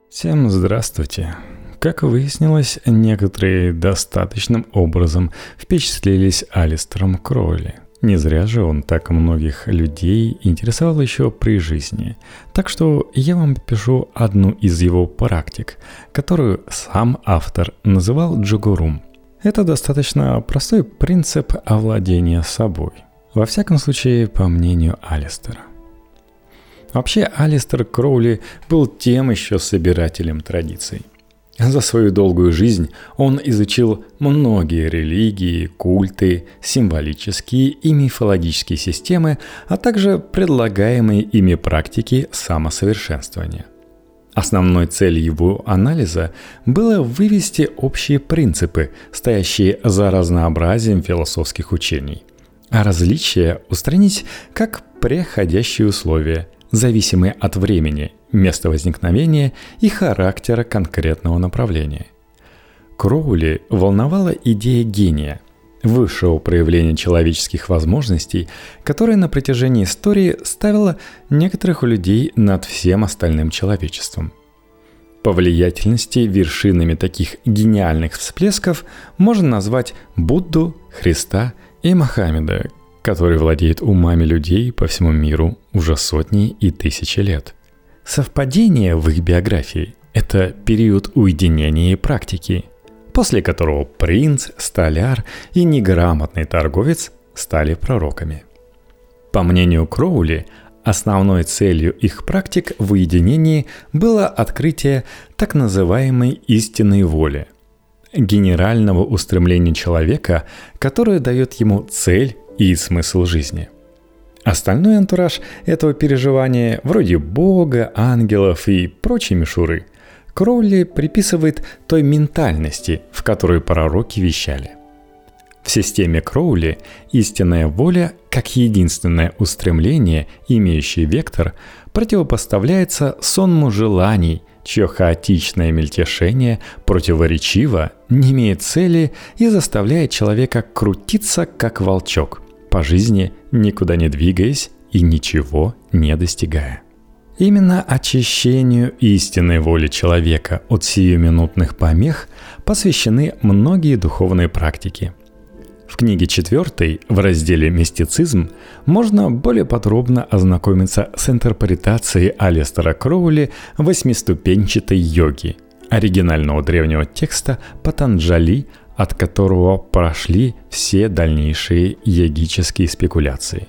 Всем здравствуйте. Как выяснилось, некоторые достаточным образом впечатлились Алистером Кроули. Не зря же он так многих людей интересовал еще при жизни. Так что я вам пишу одну из его практик, которую сам автор называл джогурум. Это достаточно простой принцип овладения собой. Во всяком случае, по мнению Алистера. Вообще, Алистер Кроули был тем еще собирателем традиций. За свою долгую жизнь он изучил многие религии, культы, символические и мифологические системы, а также предлагаемые ими практики самосовершенствования. Основной целью его анализа было вывести общие принципы, стоящие за разнообразием философских учений, а различия устранить как преходящие условия, зависимые от времени, места возникновения и характера конкретного направления. Кроули волновала идея гения, высшего проявления человеческих возможностей, которое на протяжении истории ставило некоторых людей над всем остальным человечеством. По влиятельности вершинами таких гениальных всплесков можно назвать Будду, Христа и Мохаммеда, который владеет умами людей по всему миру уже сотни и тысячи лет. Совпадение в их биографии – это период уединения и практики, после которого принц, столяр и неграмотный торговец стали пророками. По мнению Кроули, основной целью их практик в уединении было открытие так называемой истинной воли, генерального устремления человека, которое дает ему цель и смысл жизни. Остальной антураж этого переживания, вроде Бога, ангелов и прочей мишуры, Кроули приписывает той ментальности, в которой пророки вещали. В системе Кроули истинная воля, как единственное устремление, имеющее вектор, противопоставляется сонму желаний, чье хаотичное мельтешение противоречиво, не имеет цели и заставляет человека крутиться, как волчок, по жизни никуда не двигаясь и ничего не достигая. Именно очищению истинной воли человека от сиюминутных помех посвящены многие духовные практики. В книге 4 в разделе «Мистицизм» можно более подробно ознакомиться с интерпретацией Алистера Кроули восьмиступенчатой йоги, оригинального древнего текста Патанджали, от которого прошли все дальнейшие йогические спекуляции.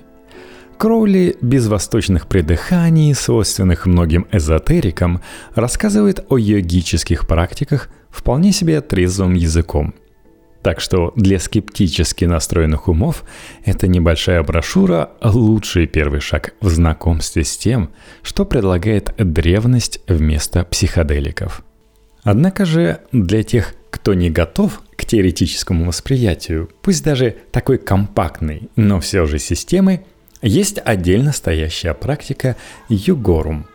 Кроули без восточных придыханий, свойственных многим эзотерикам, рассказывает о йогических практиках вполне себе трезвым языком. Так что для скептически настроенных умов эта небольшая брошюра – лучший первый шаг в знакомстве с тем, что предлагает древность вместо психоделиков. Однако же для тех, кто не готов к теоретическому восприятию, пусть даже такой компактной, но все же системы, есть отдельно стоящая практика йогорум.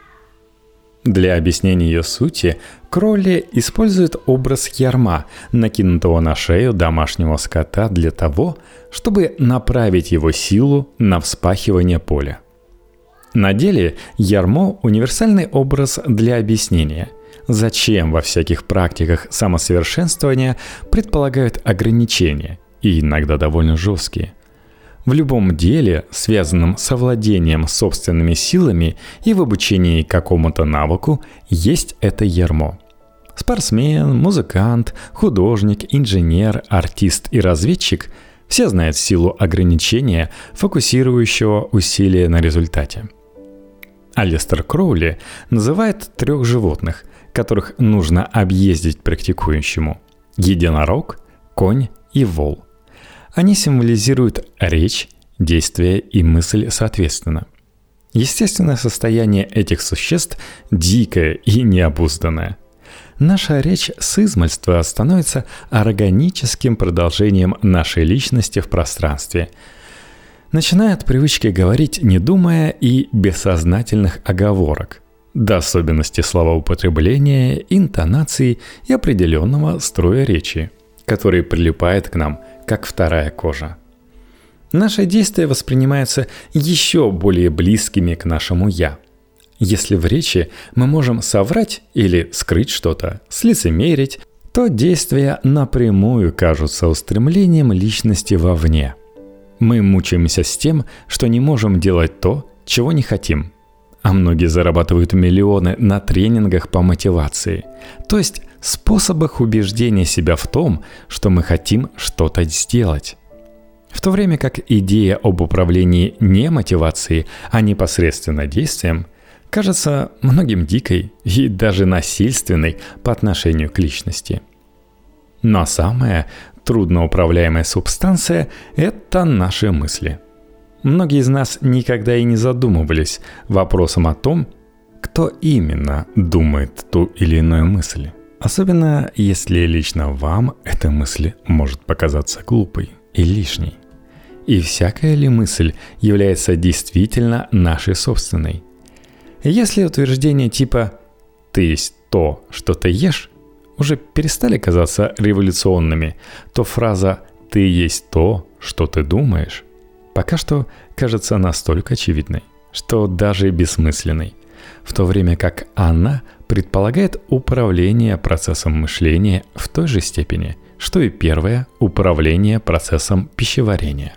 Для объяснения ее сути Кроули использует образ ярма, накинутого на шею домашнего скота для того, чтобы направить его силу на вспахивание поля. На деле ярмо – универсальный образ для объяснения, зачем во всяких практиках самосовершенствования предполагают ограничения, и иногда довольно жесткие. В любом деле, связанном с овладением собственными силами и в обучении какому-то навыку, есть это ярмо. Спортсмен, музыкант, художник, инженер, артист и разведчик – все знают силу ограничения, фокусирующего усилия на результате. Алистер Кроули называет 3 животных, которых нужно объездить практикующему – единорог, конь и вол. Они символизируют речь, действие и мысль соответственно. Естественное состояние этих существ дикое и необузданное. Наша речь с измальства становится органическим продолжением нашей личности в пространстве, начиная от привычки говорить не думая и бессознательных оговорок, до особенностей словоупотребления, интонации и определенного строя речи, который прилипает к нам, как вторая кожа. Наши действия воспринимаются еще более близкими к нашему «я». Если в речи мы можем соврать или скрыть что-то, слицемерить, то действия напрямую кажутся устремлением личности вовне. Мы мучаемся с тем, что не можем делать то, чего не хотим. А многие зарабатывают миллионы на тренингах по мотивации, то есть способах убеждения себя в том, что мы хотим что-то сделать. В то время как идея об управлении не мотивацией, а непосредственно действием, кажется многим дикой и даже насильственной по отношению к личности. Но самая трудноуправляемая субстанция – это наши мысли. Многие из нас никогда и не задумывались вопросом о том, кто именно думает ту или иную мысль. Особенно если лично вам эта мысль может показаться глупой и лишней. И всякая ли мысль является действительно нашей собственной? Если утверждения типа «ты есть то, что ты ешь» уже перестали казаться революционными, то фраза «ты есть то, что ты думаешь» пока что кажется настолько очевидной, что даже бессмысленной, в то время как она предполагает управление процессом мышления в той же степени, что и первое управление процессом пищеварения.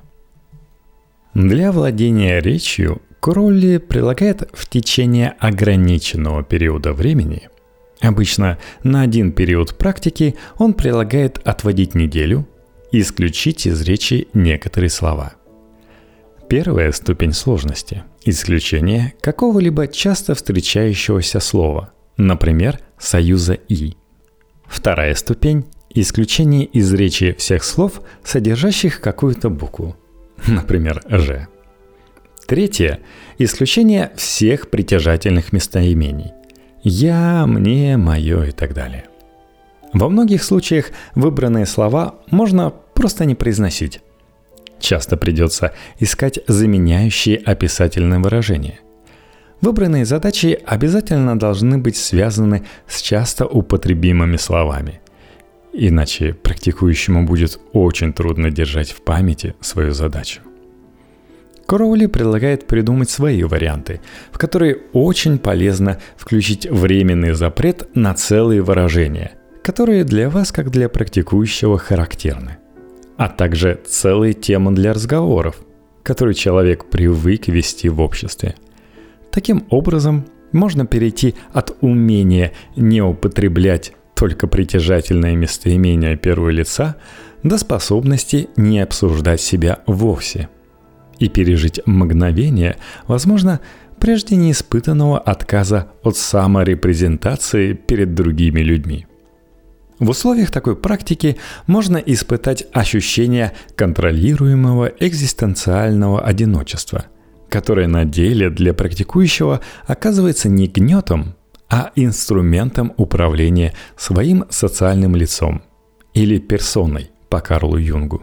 Для владения речью Кроули прилагает в течение ограниченного периода времени, обычно на один период практики он прилагает отводить неделю, исключить из речи некоторые слова. Первая ступень сложности – исключение какого-либо часто встречающегося слова, например, союза «и». Вторая ступень – исключение из речи всех слов, содержащих какую-то букву, например, «ж». Третье – исключение всех притяжательных местоимений – «я», «мне», «моё» и так далее. Во многих случаях выбранные слова можно просто не произносить. Часто придется искать заменяющие описательные выражения. Выбранные задачи обязательно должны быть связаны с часто употребимыми словами. Иначе практикующему будет очень трудно держать в памяти свою задачу. Кроули предлагает придумать свои варианты, в которые очень полезно включить временный запрет на целые выражения, которые для вас, как для практикующего, характерны, а также целые темы для разговоров, которые человек привык вести в обществе. Таким образом, можно перейти от умения не употреблять только притяжательные местоимения первого лица до способности не обсуждать себя вовсе и пережить мгновение, возможно, прежде неиспытанного отказа от саморепрезентации перед другими людьми. В условиях такой практики можно испытать ощущение контролируемого экзистенциального одиночества, которое на деле для практикующего оказывается не гнетом, а инструментом управления своим социальным лицом или персоной по Карлу Юнгу.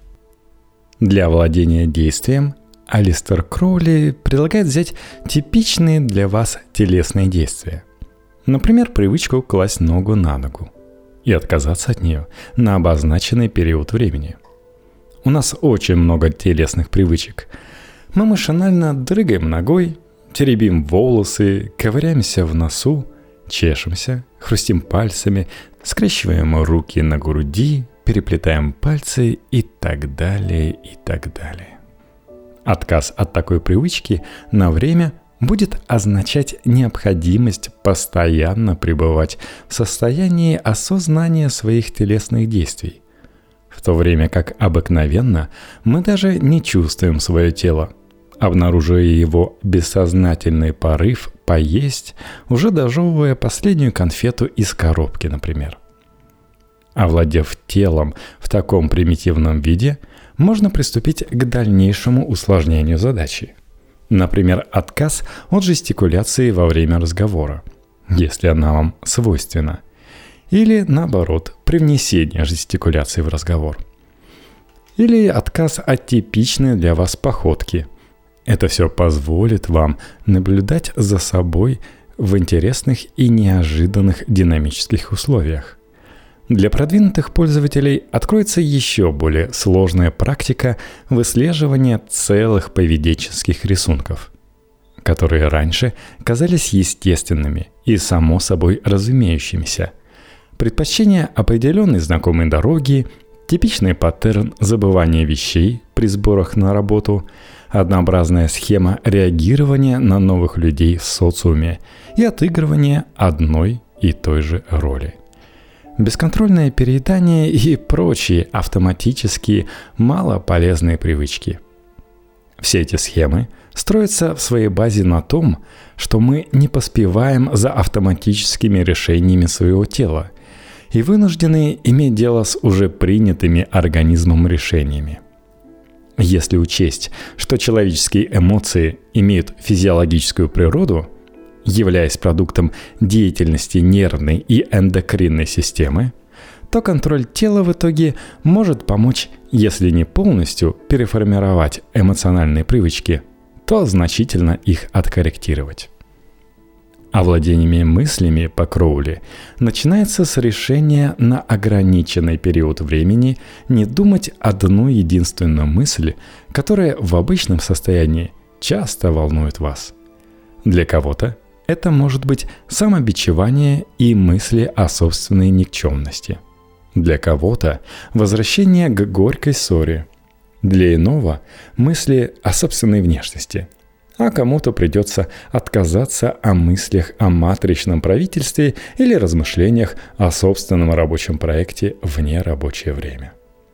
Для владения действием Алистер Кроули предлагает взять типичные для вас телесные действия. Например, привычку класть ногу на ногу и отказаться от нее на обозначенный период времени. У нас очень много телесных привычек. Мы машинально дрыгаем ногой, теребим волосы, ковыряемся в носу, чешемся, хрустим пальцами, скрещиваем руки на груди, переплетаем пальцы и так далее, и так далее. Отказ от такой привычки на время будет означать необходимость постоянно пребывать в состоянии осознания своих телесных действий, в то время как обыкновенно мы даже не чувствуем свое тело, обнаруживая его бессознательный порыв поесть, уже дожевывая последнюю конфету из коробки, например. Овладев телом в таком примитивном виде, можно приступить к дальнейшему усложнению задачи. Например, отказ от жестикуляции во время разговора, если она вам свойственна. Или, наоборот, привнесение жестикуляции в разговор. Или отказ от типичной для вас походки. Это все позволит вам наблюдать за собой в интересных и неожиданных динамических условиях. Для продвинутых пользователей откроется еще более сложная практика выслеживания целых поведенческих рисунков. которые раньше казались естественными и само собой разумеющимися. Предпочтение определенной знакомой дороги, типичный паттерн забывания вещей при сборах на работу, однообразная схема реагирования на новых людей в социуме и отыгрывание одной и той же роли. Бесконтрольное переедание и прочие автоматические малополезные привычки. Все эти схемы строятся в своей базе на том, что мы не поспеваем за автоматическими решениями своего тела и вынуждены иметь дело с уже принятыми организмом решениями. Если учесть, что человеческие эмоции имеют физиологическую природу, являясь продуктом деятельности нервной и эндокринной системы, то контроль тела в итоге может помочь, если не полностью переформировать эмоциональные привычки, то значительно их откорректировать. Овладение мыслями по Кроули начинается с решения на ограниченный период времени не думать одну единственную мысль, которая в обычном состоянии часто волнует вас. Для кого-то это может быть самобичевание и мысли о собственной никчемности. Для кого-то возвращение к горькой ссоре. Для иного мысли о собственной внешности. А кому-то придется отказаться о мыслях о матричном правительстве или размышлениях о собственном рабочем проекте в нерабочее время.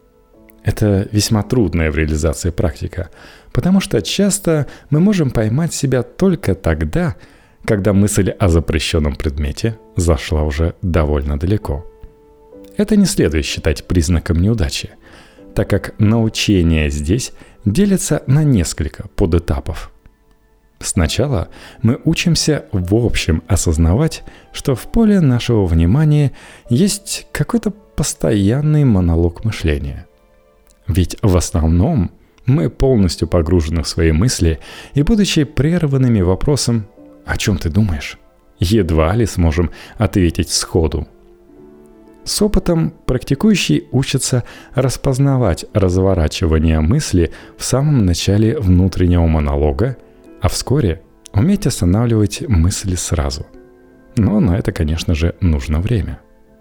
Это весьма трудная в реализации практика, потому что часто мы можем поймать себя только тогда, когда мысль о запрещенном предмете зашла уже довольно далеко. Это не следует считать признаком неудачи, так как научение здесь делится на несколько подэтапов. Сначала мы учимся в общем осознавать, что в поле нашего внимания есть какой-то постоянный монолог мышления. Ведь в основном мы полностью погружены в свои мысли и, будучи прерванными вопросом «О чем ты думаешь?», едва ли сможем ответить сходу. С опытом практикующий учится распознавать разворачивание мысли в самом начале внутреннего монолога, а вскоре уметь останавливать мысли сразу. Но на это, конечно же, нужно время.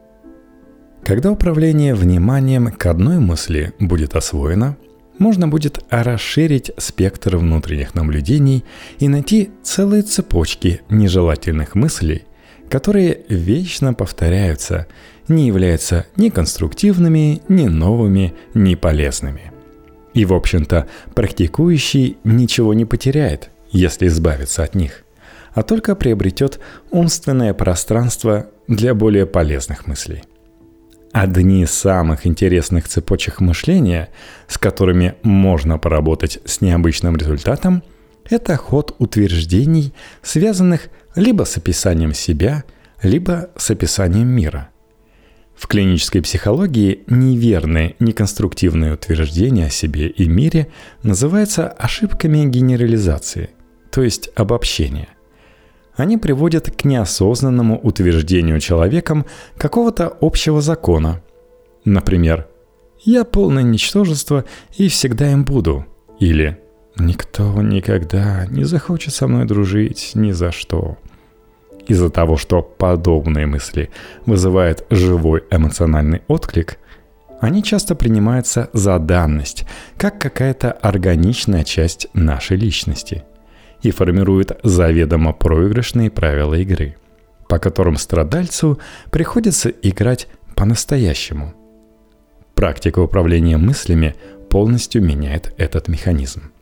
Когда управление вниманием к одной мысли будет освоено, можно будет расширить спектр внутренних наблюдений и найти целые цепочки нежелательных мыслей, которые вечно повторяются, не являются ни конструктивными, ни новыми, ни полезными. И, в общем-то, практикующий ничего не потеряет, если избавиться от них, а только приобретет умственное пространство для более полезных мыслей. Одни из самых интересных цепочек мышления, с которыми можно поработать с необычным результатом, это ход утверждений, связанных либо с описанием себя, либо с описанием мира. В клинической психологии неверные, неконструктивные утверждения о себе и мире называются ошибками генерализации, то есть обобщения. Они приводят к неосознанному утверждению человеком какого-то общего закона. Например, «Я полное ничтожество и всегда им буду» или «Никто никогда не захочет со мной дружить ни за что». Из-за того, что подобные мысли вызывают живой эмоциональный отклик, они часто принимаются за данность, как какая-то органичная часть нашей личности, и формируют заведомо проигрышные правила игры, по которым страдальцу приходится играть по-настоящему. Практика управления мыслями полностью меняет этот механизм.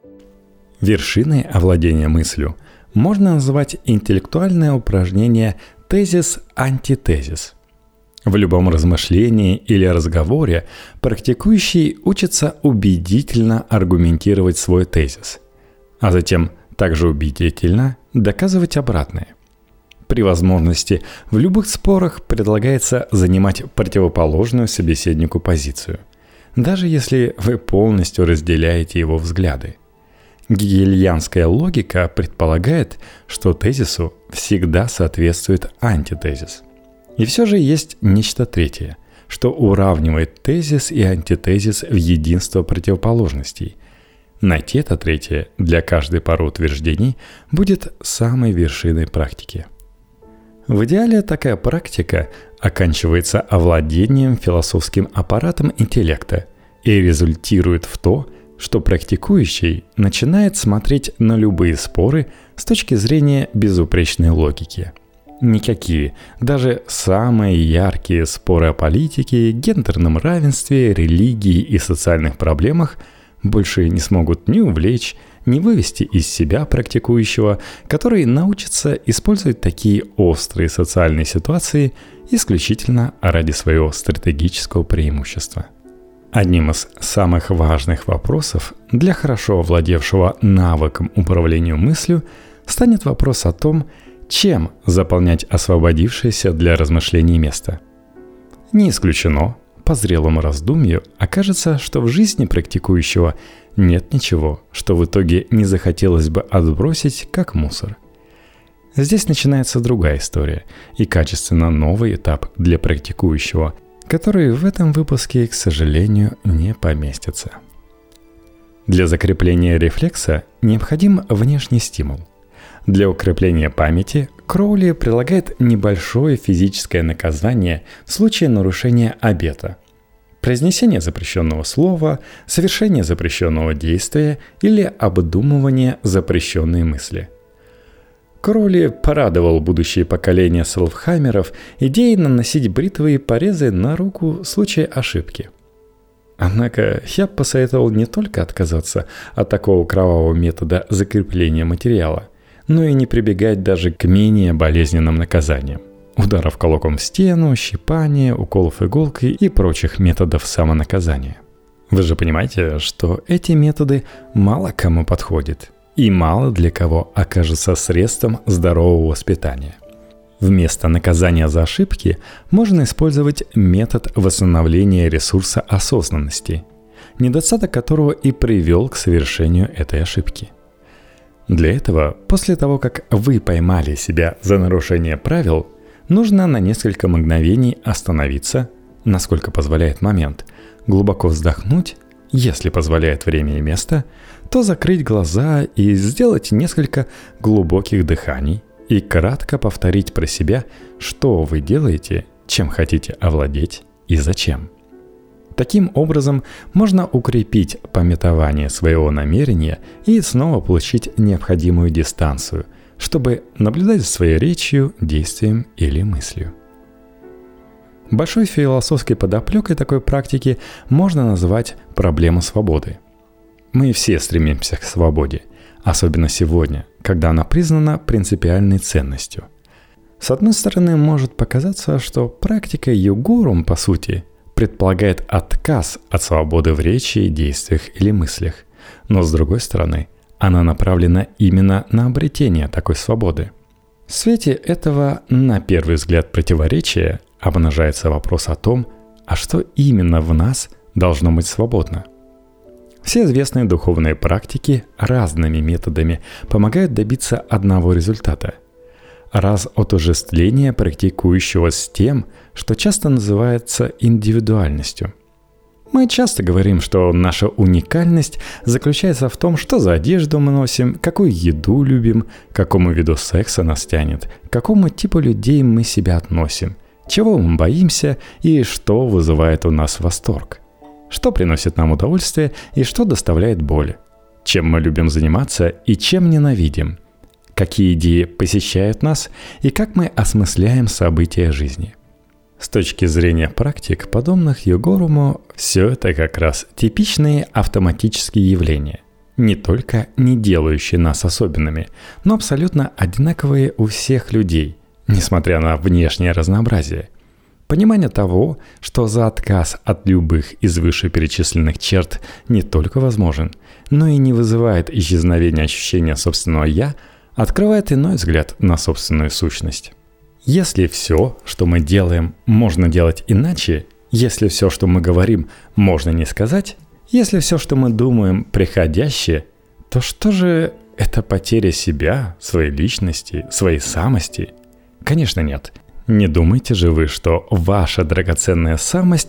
Вершиной овладения мыслью можно назвать интеллектуальное упражнение тезис-антитезис. В любом размышлении или разговоре практикующий учится убедительно аргументировать свой тезис, а затем также убедительно доказывать обратное. При возможности в любых спорах предлагается занимать противоположную собеседнику позицию, даже если вы полностью разделяете его взгляды. Гегельянская логика предполагает, что тезису всегда соответствует антитезис. И все же есть нечто третье, что уравнивает тезис и антитезис в единство противоположностей. Найти это третье для каждой пары утверждений будет самой вершиной практики. В идеале такая практика оканчивается овладением философским аппаратом интеллекта и результирует в то, что практикующий начинает смотреть на любые споры с точки зрения безупречной логики. Никакие, даже самые яркие споры о политике, гендерном равенстве, религии и социальных проблемах больше не смогут ни увлечь, ни вывести из себя практикующего, который научится использовать такие острые социальные ситуации исключительно ради своего стратегического преимущества. Одним из самых важных вопросов для хорошо овладевшего навыком управления мыслью станет вопрос о том, чем заполнять освободившееся для размышлений место. Не исключено, по зрелому раздумью окажется, что в жизни практикующего нет ничего, что в итоге не захотелось бы отбросить как мусор. Здесь начинается другая история и качественно новый этап для практикующего, который в этом выпуске, к сожалению, не поместится. Для закрепления рефлекса необходим внешний стимул. Для укрепления памяти Кроули прилагает небольшое физическое наказание в случае нарушения обета. Произнесение запрещенного слова, совершение запрещенного действия или обдумывание запрещенной мысли. Кроули порадовал будущее поколение селфхаймеров идеей наносить бритвые порезы на руку в случае ошибки. Однако я посоветовал не только отказаться от такого кровавого метода закрепления материала, но и не прибегать даже к менее болезненным наказаниям. Ударов кулаком в стену, щипания, уколов иголкой и прочих методов самонаказания. Вы же понимаете, что эти методы мало кому подходят и мало для кого окажутся средством здорового воспитания. Вместо наказания за ошибки можно использовать метод восстановления ресурса осознанности, недостаток которого и привел к совершению этой ошибки. Для этого, после того, как вы поймали себя за нарушение правил, нужно на несколько мгновений остановиться, насколько позволяет момент, глубоко вздохнуть, если позволяет время и место, то закрыть глаза и сделать несколько глубоких дыханий и кратко повторить про себя, что вы делаете, чем хотите овладеть и зачем. Таким образом, можно укрепить памятование своего намерения и снова получить необходимую дистанцию, чтобы наблюдать за своей речью, действием или мыслью. Большой философской подоплекой такой практики можно назвать проблему свободы. Мы все стремимся к свободе, особенно сегодня, когда она признана принципиальной ценностью. С одной стороны, может показаться, что практика йогурум, по сути, предполагает отказ от свободы в речи, действиях или мыслях. Но с другой стороны, она направлена именно на обретение такой свободы. В свете этого, на первый взгляд, противоречия обнажается вопрос о том, а что именно в нас должно быть свободно. Все известные духовные практики разными методами помогают добиться одного результата – разотождествления практикующего с тем, что часто называется индивидуальностью. Мы часто говорим, что наша уникальность заключается в том, что за одежду мы носим, какую еду любим, к какому виду секса нас тянет, к какому типу людей мы себя относим, чего мы боимся и что вызывает у нас восторг, что приносит нам удовольствие и что доставляет боль, чем мы любим заниматься и чем ненавидим, какие идеи посещают нас и как мы осмысляем события жизни. С точки зрения практик, подобных йогуруму, все это как раз типичные автоматические явления, не только не делающие нас особенными, но абсолютно одинаковые у всех людей, несмотря на внешнее разнообразие. Понимание того, что за отказ от любых из вышеперечисленных черт не только возможен, но и не вызывает исчезновения ощущения собственного «я», открывает иной взгляд на собственную сущность. Если все, что мы делаем, можно делать иначе, если все, что мы говорим, можно не сказать, если все, что мы думаем, приходящее, то что же это потеря себя, своей личности, своей самости? Конечно, нет. Не думайте же вы, что ваша драгоценная самость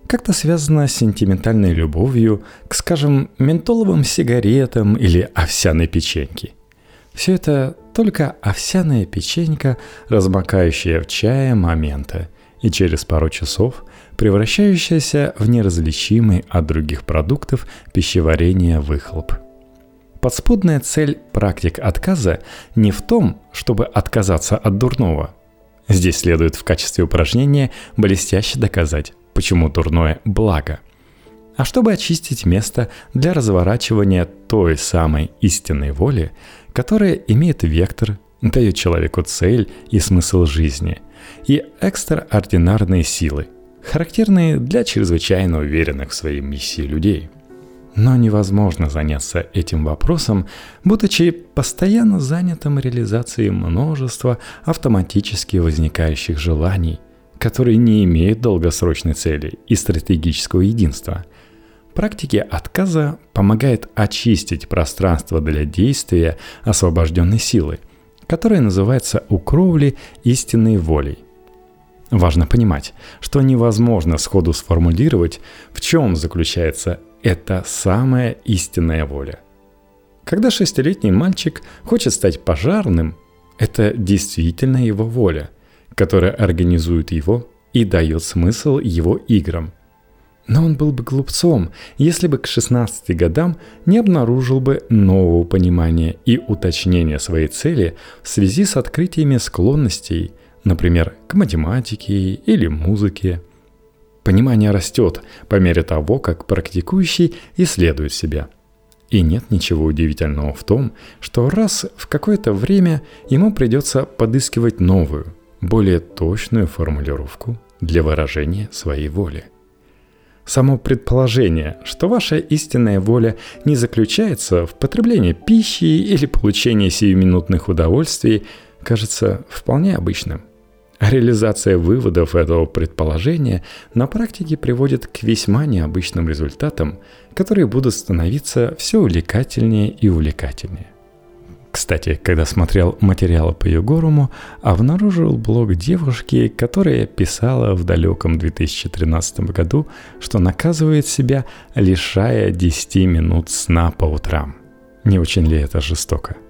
как-то связано с сентиментальной любовью к, скажем, ментоловым сигаретам или овсяной печеньке. Все это только овсяная печенька, размокающая в чае момента, и через пару часов превращающаяся в неразличимый от других продуктов пищеварения выхлоп. Подспудная цель практик отказа не в том, чтобы отказаться от дурного. Здесь следует в качестве упражнения блестяще доказать, почему дурное – благо, а чтобы очистить место для разворачивания той самой истинной воли, которая имеет вектор, дает человеку цель и смысл жизни, и экстраординарные силы, характерные для чрезвычайно уверенных в своей миссии людей. Но невозможно заняться этим вопросом, будучи постоянно занятым реализацией множества автоматически возникающих желаний, которые не имеют долгосрочной цели и стратегического единства. Практики отказа помогают очистить пространство для действия освобожденной силы, которая называется у Кроули истинной волей. Важно понимать, что невозможно сходу сформулировать, в чем заключается эта самая истинная воля. Когда 6-летний мальчик хочет стать пожарным, это действительно его воля, которая организует его и дает смысл его играм. Но он был бы глупцом, если бы к 16 годам не обнаружил бы нового понимания и уточнения своей цели в связи с открытиями склонностей, например, к математике или музыке. Понимание растет по мере того, как практикующий исследует себя. И нет ничего удивительного в том, что раз в какое-то время ему придется подыскивать новую, более точную формулировку для выражения своей воли. Само предположение, что ваша истинная воля не заключается в потреблении пищи или получении сиюминутных удовольствий, кажется вполне обычным. А реализация выводов этого предположения на практике приводит к весьма необычным результатам, которые будут становиться все увлекательнее и увлекательнее. Кстати, когда смотрел материалы по Егорому, обнаружил блог девушки, которая писала в далеком 2013 году, что наказывает себя, лишая 10 минут сна по утрам. Не очень ли это жестоко?